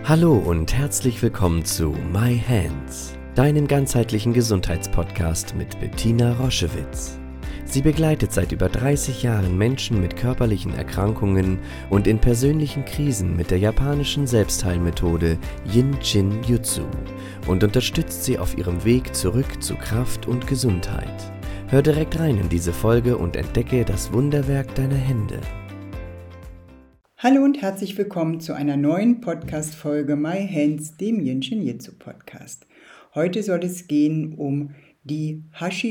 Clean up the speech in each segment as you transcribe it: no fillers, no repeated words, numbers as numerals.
Hallo und herzlich willkommen zu My Hands, deinem ganzheitlichen Gesundheitspodcast mit Bettina Roschewitz. Sie begleitet seit über 30 Jahren Menschen mit körperlichen Erkrankungen und in persönlichen Krisen mit der japanischen Selbstheilmethode Yin-Shin Jutsu und unterstützt sie auf ihrem Weg zurück zu Kraft und Gesundheit. Hör direkt rein in diese Folge und entdecke das Wunderwerk deiner Hände. Hallo und herzlich willkommen zu einer neuen Podcast-Folge My Hands, dem Yin-Shin Jutsu Podcast. Heute soll es gehen um die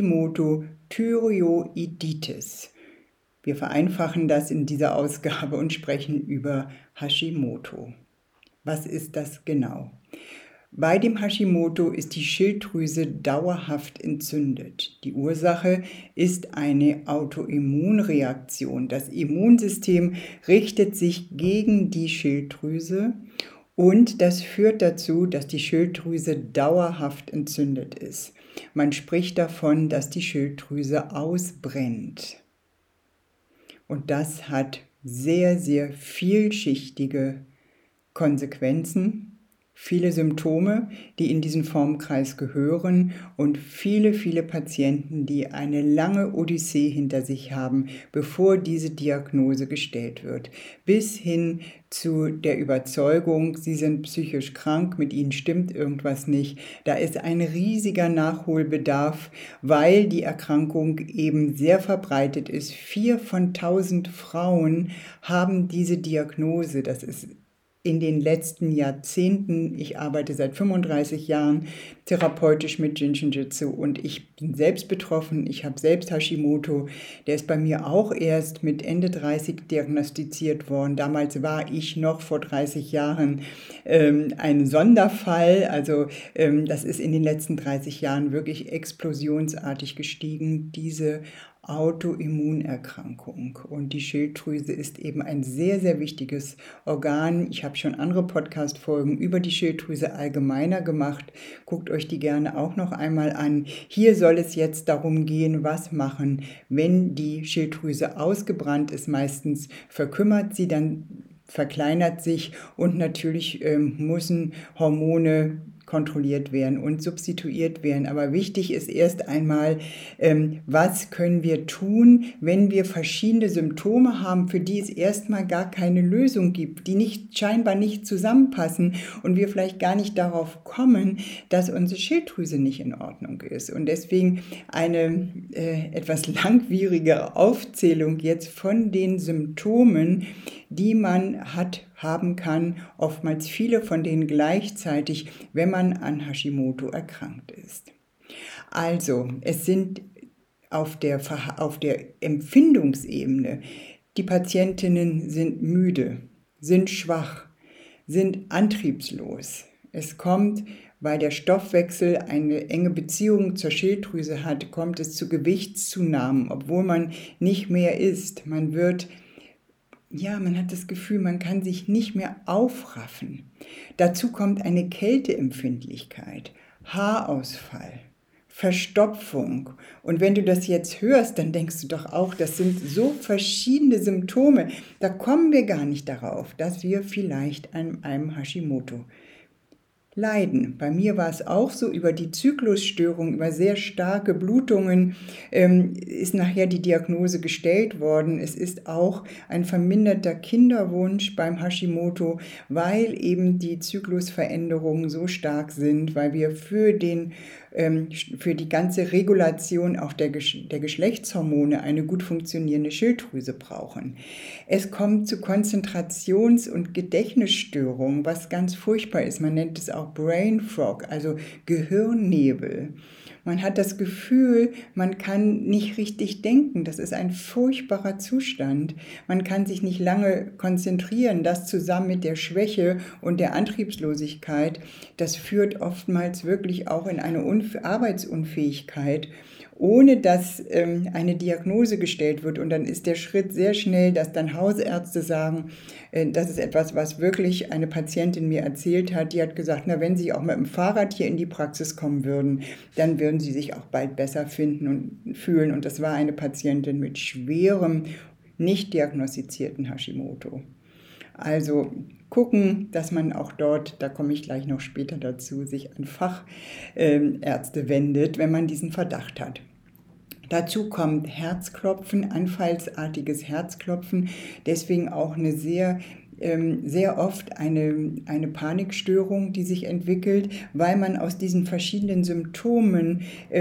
Hashimoto-Thyreoiditis. Wir vereinfachen das in dieser Ausgabe und sprechen über Hashimoto. Was ist das genau? Bei dem Hashimoto ist die Schilddrüse dauerhaft entzündet. Die Ursache ist eine Autoimmunreaktion. Das Immunsystem richtet sich gegen die Schilddrüse und das führt dazu, dass die Schilddrüse dauerhaft entzündet ist. Man spricht davon, dass die Schilddrüse ausbrennt. Und das hat sehr, sehr vielschichtige Konsequenzen. Viele Symptome, die in diesen Formkreis gehören und viele Patienten, die eine lange Odyssee hinter sich haben, bevor diese Diagnose gestellt wird, bis hin zu der Überzeugung, sie sind psychisch krank, mit ihnen stimmt irgendwas nicht. Da ist ein riesiger Nachholbedarf, weil die Erkrankung eben sehr verbreitet ist. 4 von 1000 Frauen haben diese Diagnose. Das ist in den letzten Jahrzehnten, ich arbeite seit 35 Jahren therapeutisch mit Yin-Shin Jutsu und ich bin selbst betroffen, ich habe selbst Hashimoto, der ist bei mir auch erst mit Ende 30 diagnostiziert worden. Damals war ich noch vor 30 Jahren ein Sonderfall, also das ist in den letzten 30 Jahren wirklich explosionsartig gestiegen, diese Autoimmunerkrankung. Und die Schilddrüse ist eben ein sehr, sehr wichtiges Organ. Ich habe schon andere Podcast-Folgen über die Schilddrüse allgemeiner gemacht. Guckt euch die gerne auch noch einmal an. Hier soll es jetzt darum gehen, was machen, wenn die Schilddrüse ausgebrannt ist. Meistens verkümmert sie, dann verkleinert sich und natürlich müssen Hormone kontrolliert werden und substituiert werden. Aber wichtig ist erst einmal, was können wir tun, wenn wir verschiedene Symptome haben, für die es erstmal gar keine Lösung gibt, die scheinbar nicht zusammenpassen und wir vielleicht gar nicht darauf kommen, dass unsere Schilddrüse nicht in Ordnung ist. Und deswegen eine etwas langwierige Aufzählung jetzt von den Symptomen, die man haben kann, oftmals viele von denen gleichzeitig, wenn man an Hashimoto erkrankt ist. Also, es sind auf der Empfindungsebene, die Patientinnen sind müde, sind schwach, sind antriebslos. Es kommt, weil der Stoffwechsel eine enge Beziehung zur Schilddrüse hat, kommt es zu Gewichtszunahmen, obwohl man nicht mehr isst. Man hat das Gefühl, man kann sich nicht mehr aufraffen. Dazu kommt eine Kälteempfindlichkeit, Haarausfall, Verstopfung. Und wenn du das jetzt hörst, dann denkst du doch auch, das sind so verschiedene Symptome. Da kommen wir gar nicht darauf, dass wir vielleicht an einem Hashimoto leiden. Bei mir war es auch so, über die Zyklusstörung, über sehr starke Blutungen ist nachher die Diagnose gestellt worden. Es ist auch ein verminderter Kinderwunsch beim Hashimoto, weil eben die Zyklusveränderungen so stark sind, weil wir für die ganze Regulation auch der Geschlechtshormone eine gut funktionierende Schilddrüse brauchen. Es kommt zu Konzentrations- und Gedächtnisstörungen, was ganz furchtbar ist. Man nennt es auch Brain Fog, also Gehirnnebel. Man hat das Gefühl, man kann nicht richtig denken. Das ist ein furchtbarer Zustand. Man kann sich nicht lange konzentrieren. Das zusammen mit der Schwäche und der Antriebslosigkeit, das führt oftmals wirklich auch in eine Arbeitsunfähigkeit, ohne dass eine Diagnose gestellt wird. Und dann ist der Schritt sehr schnell, dass dann Hausärzte sagen, das ist etwas, was wirklich eine Patientin mir erzählt hat. Die hat gesagt, wenn Sie auch mit dem Fahrrad hier in die Praxis kommen würden, dann würden Sie sich auch bald besser finden und fühlen. Und das war eine Patientin mit schwerem, nicht diagnostizierten Hashimoto. Also gucken, dass man auch dort, da komme ich gleich noch später dazu, sich an Fachärzte wendet, wenn man diesen Verdacht hat. Dazu kommt Herzklopfen, anfallsartiges Herzklopfen, deswegen auch eine sehr oft eine Panikstörung, die sich entwickelt, weil man aus diesen verschiedenen Symptomen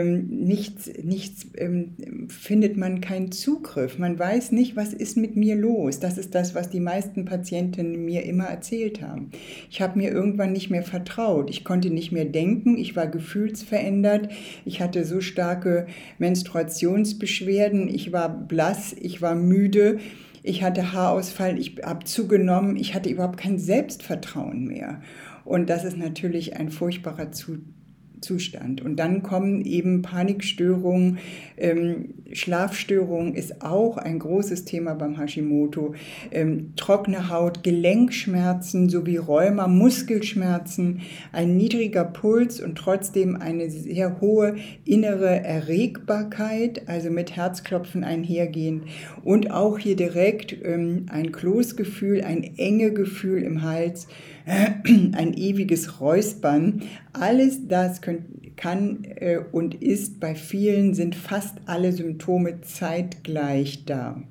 findet man keinen Zugriff. Man weiß nicht, was ist mit mir los. Das ist das, was die meisten Patientinnen mir immer erzählt haben. Ich habe mir irgendwann nicht mehr vertraut. Ich konnte nicht mehr denken. Ich war gefühlsverändert. Ich hatte so starke Menstruationsbeschwerden. Ich war blass. Ich war müde. Ich hatte Haarausfall, ich habe zugenommen, ich hatte überhaupt kein Selbstvertrauen mehr. Und das ist natürlich ein furchtbarer Zustand. Und dann kommen eben Panikstörungen, Schlafstörungen ist auch ein großes Thema beim Hashimoto, trockene Haut, Gelenkschmerzen sowie Rheuma, Muskelschmerzen, ein niedriger Puls und trotzdem eine sehr hohe innere Erregbarkeit, also mit Herzklopfen einhergehend und auch hier direkt ein Kloßgefühl, ein enge Gefühl im Hals, ein ewiges Räuspern. Alles das kann und ist bei vielen, sind fast alle Symptome zeitgleich da.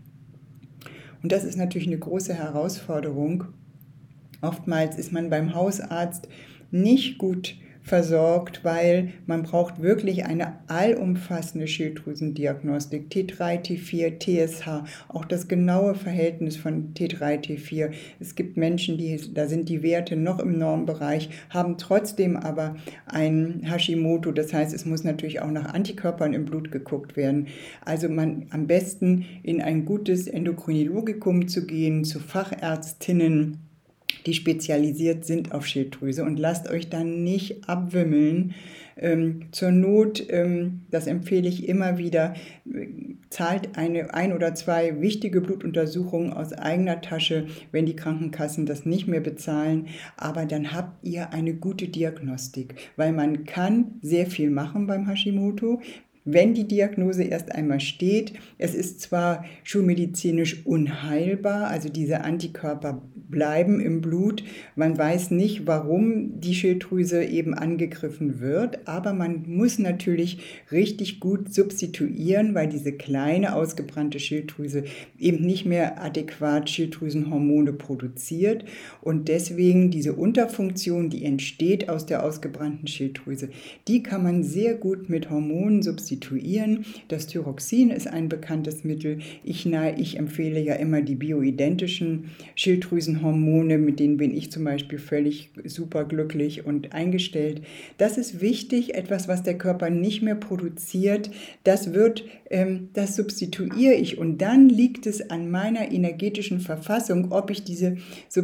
Und das ist natürlich eine große Herausforderung. Oftmals ist man beim Hausarzt nicht gut versorgt, weil man braucht wirklich eine allumfassende Schilddrüsendiagnostik, T3, T4, TSH, auch das genaue Verhältnis von T3, T4. Es gibt Menschen, da sind die Werte noch im Normbereich, haben trotzdem aber ein Hashimoto, das heißt, es muss natürlich auch nach Antikörpern im Blut geguckt werden. Also am besten in ein gutes Endokrinologikum zu gehen, zu Fachärztinnen, die spezialisiert sind auf Schilddrüse, und lasst euch dann nicht abwimmeln. Zur Not, das empfehle ich immer wieder, zahlt ein oder zwei wichtige Blutuntersuchungen aus eigener Tasche, wenn die Krankenkassen das nicht mehr bezahlen. Aber dann habt ihr eine gute Diagnostik, weil man kann sehr viel machen beim Hashimoto. Wenn die Diagnose erst einmal steht, es ist zwar schulmedizinisch unheilbar, also diese Antikörper bleiben im Blut, man weiß nicht, warum die Schilddrüse eben angegriffen wird, aber man muss natürlich richtig gut substituieren, weil diese kleine ausgebrannte Schilddrüse eben nicht mehr adäquat Schilddrüsenhormone produziert, und deswegen diese Unterfunktion, die entsteht aus der ausgebrannten Schilddrüse, die kann man sehr gut mit Hormonen substituieren. Das Thyroxin ist ein bekanntes Mittel. Ich empfehle ja immer die bioidentischen Schilddrüsenhormone, mit denen bin ich zum Beispiel völlig superglücklich und eingestellt. Das ist wichtig, etwas, was der Körper nicht mehr produziert, das substituiere ich, und dann liegt es an meiner energetischen Verfassung, ob ich diese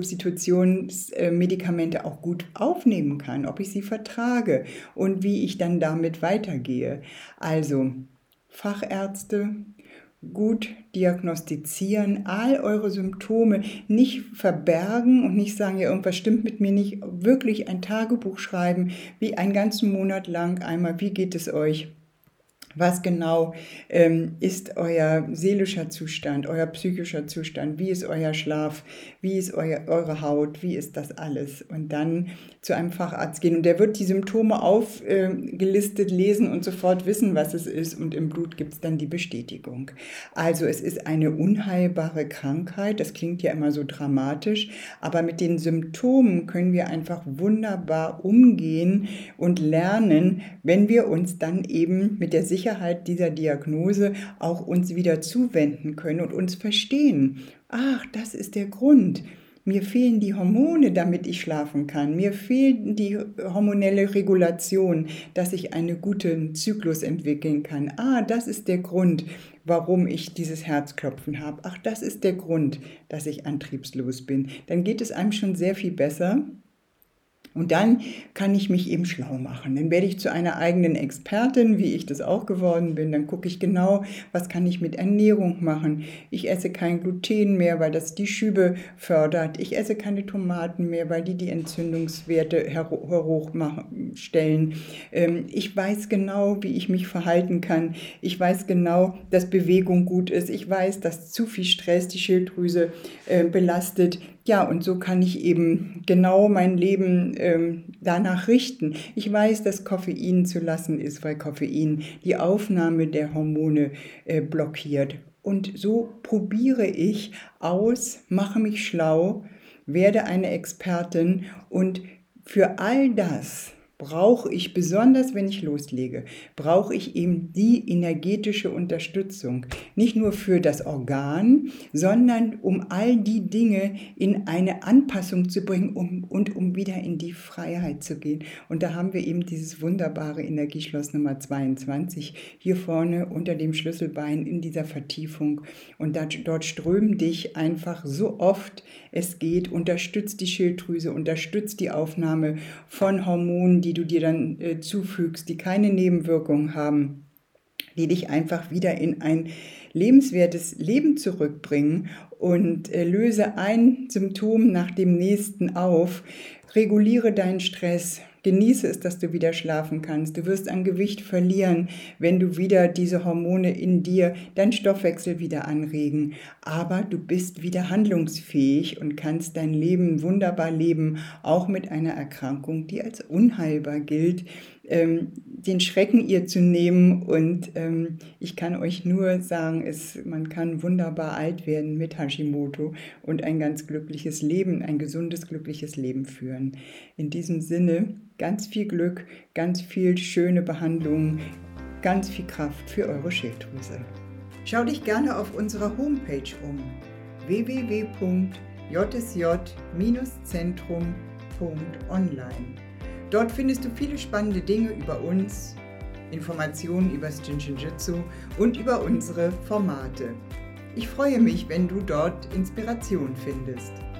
Substitutionsmedikamente auch gut aufnehmen kann, ob ich sie vertrage und wie ich dann damit weitergehe. Also Fachärzte, gut diagnostizieren, all eure Symptome nicht verbergen und nicht sagen, ja, irgendwas stimmt mit mir nicht, wirklich ein Tagebuch schreiben, wie einen ganzen Monat lang einmal, wie geht es euch? Was genau ist euer seelischer Zustand, euer psychischer Zustand, wie ist euer Schlaf, wie ist eure Haut, wie ist das alles? Und dann zu einem Facharzt gehen, und der wird die Symptome aufgelistet lesen und sofort wissen, was es ist, und im Blut gibt es dann die Bestätigung. Also es ist eine unheilbare Krankheit, das klingt ja immer so dramatisch, aber mit den Symptomen können wir einfach wunderbar umgehen und lernen, wenn wir uns dann eben mit der Sicherheit dieser Diagnose auch uns wieder zuwenden können und uns verstehen. Ach, das ist der Grund. Mir fehlen die Hormone, damit ich schlafen kann. Mir fehlt die hormonelle Regulation, dass ich einen guten Zyklus entwickeln kann. Ah, das ist der Grund, warum ich dieses Herzklopfen habe. Ach, das ist der Grund, dass ich antriebslos bin. Dann geht es einem schon sehr viel besser. Und dann kann ich mich eben schlau machen. Dann werde ich zu einer eigenen Expertin, wie ich das auch geworden bin. Dann gucke ich genau, was kann ich mit Ernährung machen. Ich esse kein Gluten mehr, weil das die Schübe fördert. Ich esse keine Tomaten mehr, weil die Entzündungswerte hochstellen. Ich weiß genau, wie ich mich verhalten kann. Ich weiß genau, dass Bewegung gut ist. Ich weiß, dass zu viel Stress die Schilddrüse belastet. Ja, und so kann ich eben genau mein Leben danach richten. Ich weiß, dass Koffein zu lassen ist, weil Koffein die Aufnahme der Hormone blockiert. Und so probiere ich aus, mache mich schlau, werde eine Expertin und für all das brauche ich, besonders wenn ich loslege, brauche ich eben die energetische Unterstützung. Nicht nur für das Organ, sondern um all die Dinge in eine Anpassung zu bringen um wieder in die Freiheit zu gehen. Und da haben wir eben dieses wunderbare Energieschloss Nummer 22 hier vorne unter dem Schlüsselbein in dieser Vertiefung. Und dort strömen dich einfach so oft es geht, unterstützt die Schilddrüse, unterstützt die Aufnahme von Hormonen, die du dir dann zufügst, die keine Nebenwirkungen haben, die dich einfach wieder in ein lebenswertes Leben zurückbringen und löse ein Symptom nach dem nächsten auf, reguliere deinen Stress, genieße es, dass du wieder schlafen kannst. Du wirst an Gewicht verlieren, wenn du wieder diese Hormone in dir, deinen Stoffwechsel wieder anregen. Aber du bist wieder handlungsfähig und kannst dein Leben wunderbar leben, auch mit einer Erkrankung, die als unheilbar gilt, den Schrecken ihr zu nehmen. Und ich kann euch nur sagen, man kann wunderbar alt werden mit Hashimoto und ein ganz glückliches Leben, ein gesundes, glückliches Leben führen. In diesem Sinne, ganz viel Glück, ganz viel schöne Behandlungen, ganz viel Kraft für eure Schilddrüse. Schau dich gerne auf unserer Homepage um: www.jsj-zentrum.online. Dort findest du viele spannende Dinge über uns, Informationen über das Jinshinjutsu und über unsere Formate. Ich freue mich, wenn du dort Inspiration findest.